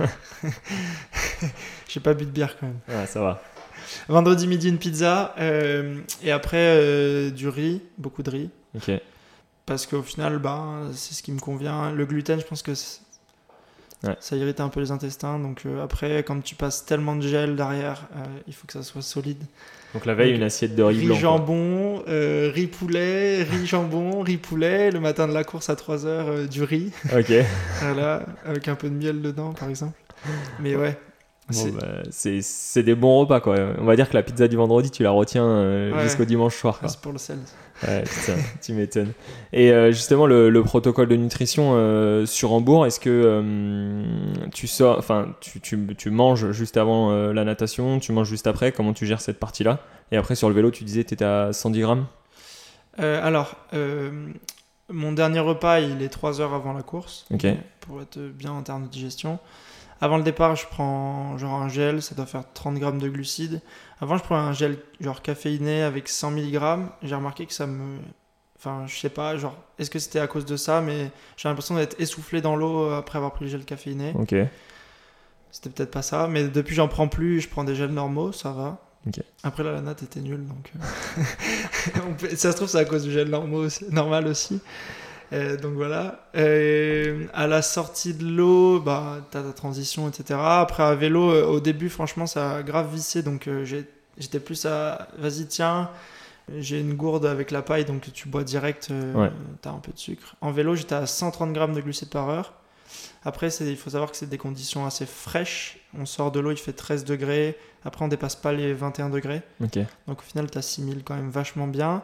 J'ai pas bu de bière quand même. Ouais, ça va. Vendredi midi une pizza euh, et après euh, du riz, beaucoup de riz. Ok. Parce qu'au final, ben, c'est ce qui me convient. Le gluten, je pense que ouais. ça irrite un peu les intestins. Donc euh, après, quand tu passes tellement de gel derrière, euh, il faut que ça soit solide. Donc la veille, donc, une assiette de riz, riz blanc. Riz jambon, euh, riz poulet, riz jambon, riz poulet. Le matin de la course à trois heures, euh, du riz. Ok. Voilà, avec un peu de miel dedans, par exemple. Mais ouais. Bon, c'est... Bah, c'est, c'est des bons repas, quoi. On va dire que la pizza du vendredi, tu la retiens euh, ouais. jusqu'au dimanche soir, quoi. C'est pour le sel. Ouais, c'est ça, tu m'étonnes. Et euh, justement, le, le protocole de nutrition euh, sur Hambourg, est-ce que euh, tu, sors, enfin, tu, tu, tu manges juste avant euh, la natation, tu manges juste après? Comment tu gères cette partie-là? Et après, sur le vélo, tu disais que tu étais à cent dix grammes? euh, Alors, euh, mon dernier repas, il est trois heures avant la course, okay. pour être bien en termes de digestion. Avant le départ, je prends genre un gel, ça doit faire trente grammes de glucides. Avant, je prends un gel genre caféiné avec cent milligrammes. J'ai remarqué que ça me... Enfin, je sais pas, genre, est-ce que c'était à cause de ça, mais j'ai l'impression d'être essoufflé dans l'eau après avoir pris le gel caféiné. Ok. C'était peut-être pas ça, mais depuis, j'en prends plus, je prends des gels normaux, ça va. Okay. Après, là, la natte était nulle, donc... Euh... peut... Ça se trouve, c'est à cause du gel normaux aussi, normal aussi. Euh, donc voilà. Euh, à la sortie de l'eau, bah, t'as ta transition, et cetera. Après, à vélo, euh, au début, franchement, ça a grave vissé. Donc euh, j'ai, j'étais plus à vas-y, tiens, j'ai une gourde avec la paille, donc tu bois direct, euh, ouais. t'as un peu de sucre. En vélo, j'étais à cent trente grammes de glucides par heure. Après, c'est, il faut savoir que c'est des conditions assez fraîches. On sort de l'eau, il fait treize degrés. Après, on dépasse pas les vingt et un degrés. Okay. Donc au final, t'as six mille quand même vachement bien.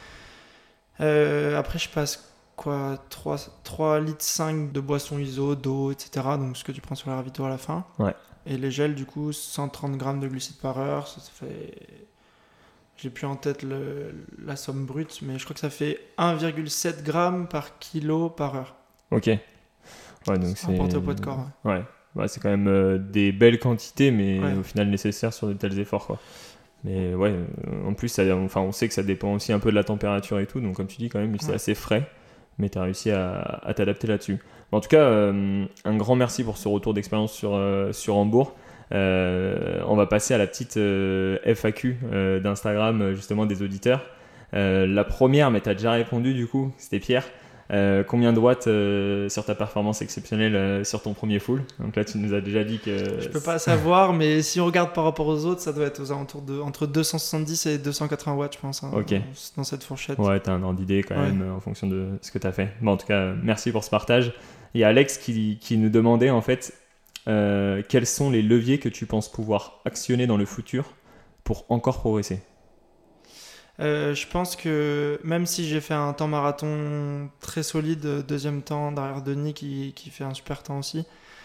Euh, après, je passe. Quoi, trois litres cinq de boissons iso, d'eau, et cetera. Donc ce que tu prends sur la ravito à la fin. Ouais. Et les gels, du coup, cent trente grammes de glucides par heure. Ça, ça fait... J'ai plus en tête le... la somme brute, mais je crois que ça fait un virgule sept grammes par kilo par heure. Ok. Ouais, donc c'est... Emporté au poids de corps. Ouais. Ouais. Ouais, c'est quand même euh, des belles quantités, mais ouais. au final nécessaires sur de tels efforts, quoi. Mais ouais, euh, en plus, ça, enfin, on sait que ça dépend aussi un peu de la température et tout. Donc comme tu dis, quand même, c'est ouais. assez frais. Mais tu as réussi à, à t'adapter là-dessus. En tout cas, euh, un grand merci pour ce retour d'expérience sur, euh, sur Hambourg. Euh, on va passer à la petite euh, F A Q euh, d'Instagram, justement, des auditeurs. Euh, la première, mais tu as déjà répondu du coup, c'était Pierre. Euh, combien de watts euh, sur ta performance exceptionnelle euh, sur ton premier full? Donc là, tu nous as déjà dit que... Je peux pas savoir, mais si on regarde par rapport aux autres, ça doit être aux alentours de entre deux cent soixante-dix et deux cent quatre-vingts watts, je pense. Hein, ok. Dans cette fourchette. Ouais, t'as un ordre d'idée quand ouais. même en fonction de ce que t'as fait. Bon, en tout cas, merci pour ce partage. Il y a Alex qui, qui nous demandait en fait euh, quels sont les leviers que tu penses pouvoir actionner dans le futur pour encore progresser. Euh, je pense que même si j'ai fait un temps marathon très solide, deuxième temps derrière Denis qui, qui fait un super temps aussi,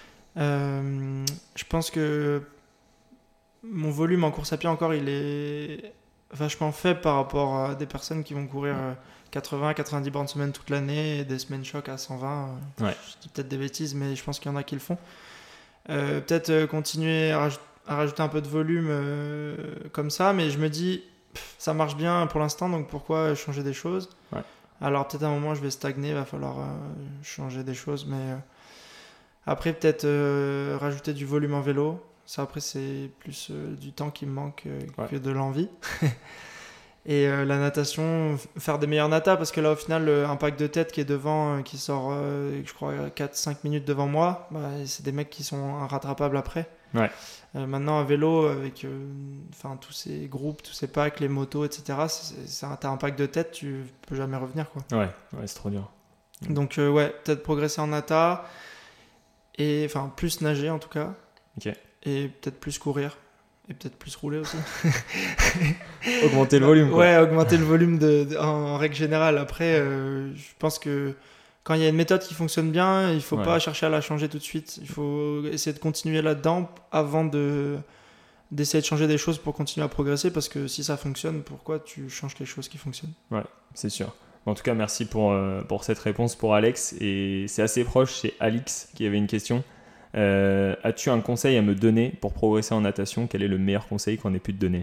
euh, je pense que mon volume en course à pied encore il est vachement faible par rapport à des personnes qui vont courir quatre-vingts à quatre-vingt-dix bornes semaine toute l'année et des semaines choc à cent vingt. Ouais. Je dis peut-être des bêtises, mais je pense qu'il y en a qui le font. Euh, peut-être continuer à, raj- à rajouter un peu de volume euh, comme ça, mais je me dis ça marche bien pour l'instant, donc pourquoi changer des choses? Ouais. Alors peut-être à un moment je vais stagner, il va falloir euh, changer des choses, mais euh, après peut-être euh, rajouter du volume en vélo. Ça après c'est plus euh, du temps qui me manque euh, ouais. que de l'envie. Et euh, la natation, faire des meilleures natas, parce que là, au final, le- un pack de tête qui est devant, euh, qui sort, euh, je crois, quatre cinq minutes devant moi, bah, c'est des mecs qui sont rattrapables après. Ouais. Euh, maintenant, à vélo, avec euh, enfin, tous ces groupes, tous ces packs, les motos, et cetera, c'est, c'est un- t'as un pack de tête, tu peux jamais revenir, quoi. Ouais, ouais, c'est trop dur. Donc, euh, ouais, peut-être progresser en nata, et enfin, plus nager en tout cas. Ok. Et peut-être plus courir. Et peut-être plus rouler aussi. Augmenter le volume, quoi. Ouais, augmenter le volume de, de- en, en règle générale. Après, euh, je pense que quand il y a une méthode qui fonctionne bien, il faut Ouais. pas chercher à la changer tout de suite. Il faut essayer de continuer là-dedans avant de, d'essayer de changer des choses pour continuer à progresser. Parce que si ça fonctionne, pourquoi tu changes les choses qui fonctionnent? C'est sûr. En tout cas, merci pour, euh, pour cette réponse pour Alex. Et c'est assez proche, c'est Alix qui avait une question. Euh, as-tu un conseil à me donner pour progresser en natation? Quel est le meilleur conseil qu'on ait pu te donner?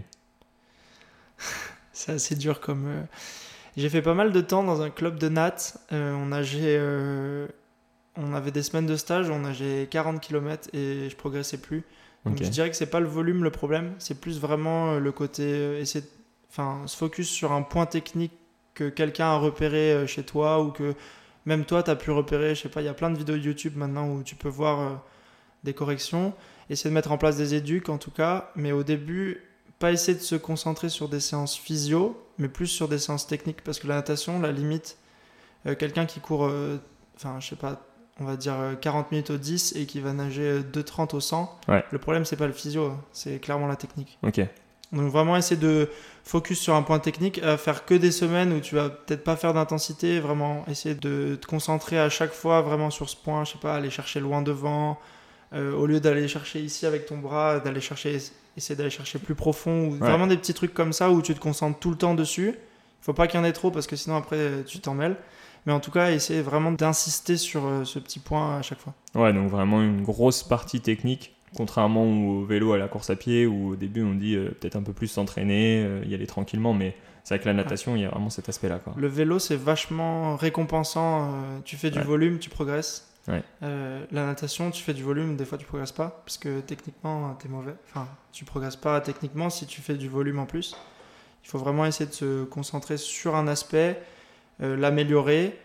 C'est assez dur comme... euh, J'ai fait pas mal de temps dans un club de natte. Euh, on nageait... euh, On avait des semaines de stage, on nageait quarante kilomètres et je progressais plus. Donc Ok. je dirais que c'est pas le volume le problème, c'est plus vraiment euh, le côté euh, essayer de... enfin, se focus sur un point technique que quelqu'un a repéré euh, chez toi ou que même toi tu as pu repérer. Je sais pas, il y a plein de vidéos YouTube maintenant où tu peux voir euh, des corrections. Essayer de mettre en place des éducs en tout cas, mais au début, pas essayer de se concentrer sur des séances physio, mais plus sur des séances techniques parce que la natation, la limite, euh, quelqu'un qui court, euh, enfin je sais pas, on va dire euh, quarante minutes au dix et qui va nager euh, deux trente au cent, Ouais. le problème c'est pas le physio, hein, c'est clairement la technique. Ok. Donc vraiment essayer de focus sur un point technique, à faire que des semaines où tu vas peut-être pas faire d'intensité, vraiment essayer de te concentrer à chaque fois vraiment sur ce point, je sais pas, aller chercher loin devant, euh, au lieu d'aller chercher ici avec ton bras, d'aller chercher, essayer d'aller chercher plus profond, ou Ouais. vraiment des petits trucs comme ça où tu te concentres tout le temps dessus. Il faut pas qu'il y en ait trop parce que sinon après tu t'en mêles. Mais en tout cas, essayer vraiment d'insister sur euh, ce petit point à chaque fois. Ouais, donc vraiment une grosse partie technique, contrairement au vélo, à la course à pied, où au début on dit euh, peut-être un peu plus s'entraîner, euh, y aller tranquillement, mais c'est vrai que la natation, il y a vraiment cet aspect-là, quoi. Le vélo, c'est vachement récompensant. euh, tu fais du Ouais. volume, tu progresses. Ouais. Euh, la natation, tu fais du volume, des fois tu progresses pas, parce que techniquement, t'es mauvais. Enfin, tu progresses pas techniquement si tu fais du volume en plus. Il faut vraiment essayer de se concentrer sur un aspect, euh, l'améliorer,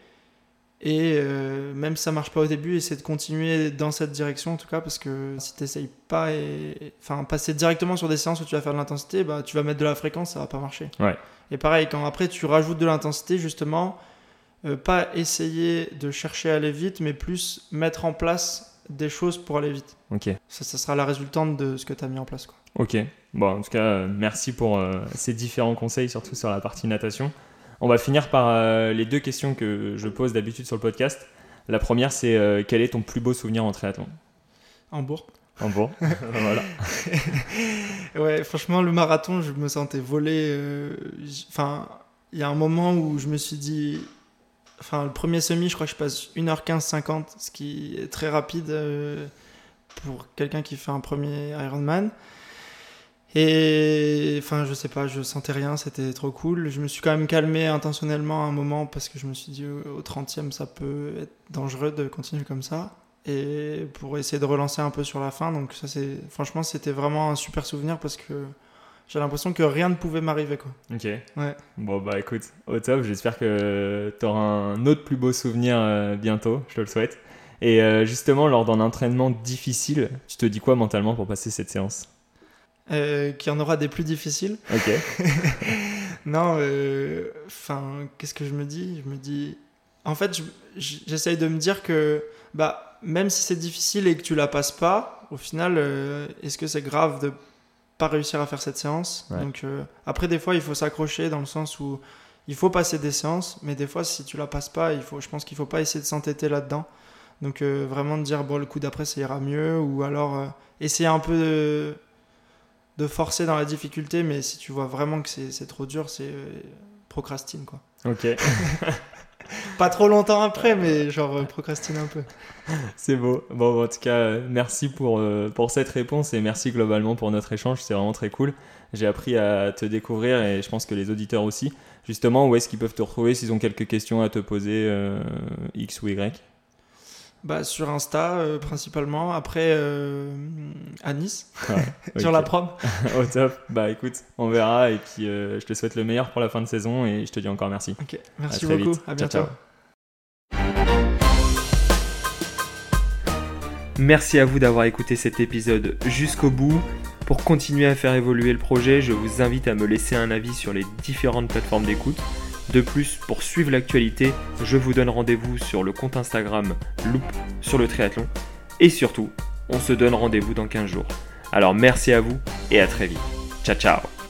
et euh, même si ça marche pas au début, essayer de continuer dans cette direction en tout cas, parce que si t'essayes pas, et... enfin, passer directement sur des séances où tu vas faire de l'intensité, bah, tu vas mettre de la fréquence, ça va pas marcher. Ouais. Et pareil, quand après tu rajoutes de l'intensité, justement, euh, pas essayer de chercher à aller vite, mais plus mettre en place des choses pour aller vite. Ok. Ça, ça sera la résultante de ce que tu as mis en place, quoi. Ok. Bon, en tout cas, euh, merci pour euh, ces différents conseils, surtout sur la partie natation. On va finir par euh, les deux questions que je pose d'habitude sur le podcast. La première, c'est euh, quel est ton plus beau souvenir en triathlon? Hambourg. Hambourg. Voilà. Ouais, franchement, le marathon, je me sentais volé. euh, j- Enfin, il y a un moment où je me suis dit. Enfin, le premier semi, je crois que je passe une heure quinze cinquante, ce qui est très rapide euh, pour quelqu'un qui fait un premier Ironman. Et enfin, je sais pas, je sentais rien, c'était trop cool. Je me suis quand même calmé intentionnellement à un moment parce que je me suis dit au au trentième, ça peut être dangereux de continuer comme ça. Et pour essayer de relancer un peu sur la fin. Donc, ça, c'est, franchement, c'était vraiment un super souvenir parce que j'ai l'impression que rien ne pouvait m'arriver, quoi. Ok. Ouais. Bon, bah écoute, au top. J'espère que tu auras un autre plus beau souvenir euh, bientôt. Je te le souhaite. Et euh, justement, lors d'un entraînement difficile, tu te dis quoi mentalement pour passer cette séance? Euh, qu'il y en aura des plus difficiles. Ok. Non, enfin, euh, qu'est-ce que je me dis? Je me dis, en fait, je- j'essaye de me dire que, bah, même si c'est difficile et que tu la passes pas, au final, euh, est-ce que c'est grave de pas réussir à faire cette séance? Ouais. Donc, euh, après, des fois, il faut s'accrocher dans le sens où il faut passer des séances, mais des fois, si tu la passes pas, il faut, je pense qu'il faut pas essayer de s'entêter là-dedans. Donc, euh, vraiment de dire, bon, le coup d'après, ça ira mieux, ou alors euh, essayer un peu de, de forcer dans la difficulté, mais si tu vois vraiment que c'est c'est trop dur, c'est euh, procrastine, quoi. Ok. Pas trop longtemps après, mais genre euh, procrastine un peu. C'est beau. Bon, en tout cas, euh, merci pour, euh, pour cette réponse et merci globalement pour notre échange. C'est vraiment très cool. J'ai appris à te découvrir et je pense que les auditeurs aussi. Justement, où est-ce qu'ils peuvent te retrouver s'ils ont quelques questions à te poser, euh, X ou Y? Bah, sur Insta, euh, principalement. Après, euh, à Nice, Ouais, sur ok. la prom. Au top. Bah écoute, on verra. Et puis euh, je te souhaite le meilleur pour la fin de saison et je te dis encore merci. Ok, merci À très beaucoup. vite. À Ciao, bientôt. ciao. Merci à vous d'avoir écouté cet épisode jusqu'au bout. Pour continuer à faire évoluer le projet, je vous invite à me laisser un avis sur les différentes plateformes d'écoute. De plus, pour suivre l'actualité, je vous donne rendez-vous sur le compte Instagram Loop sur le triathlon. Et surtout, on se donne rendez-vous dans quinze jours. Alors merci à vous et à très vite. Ciao ciao.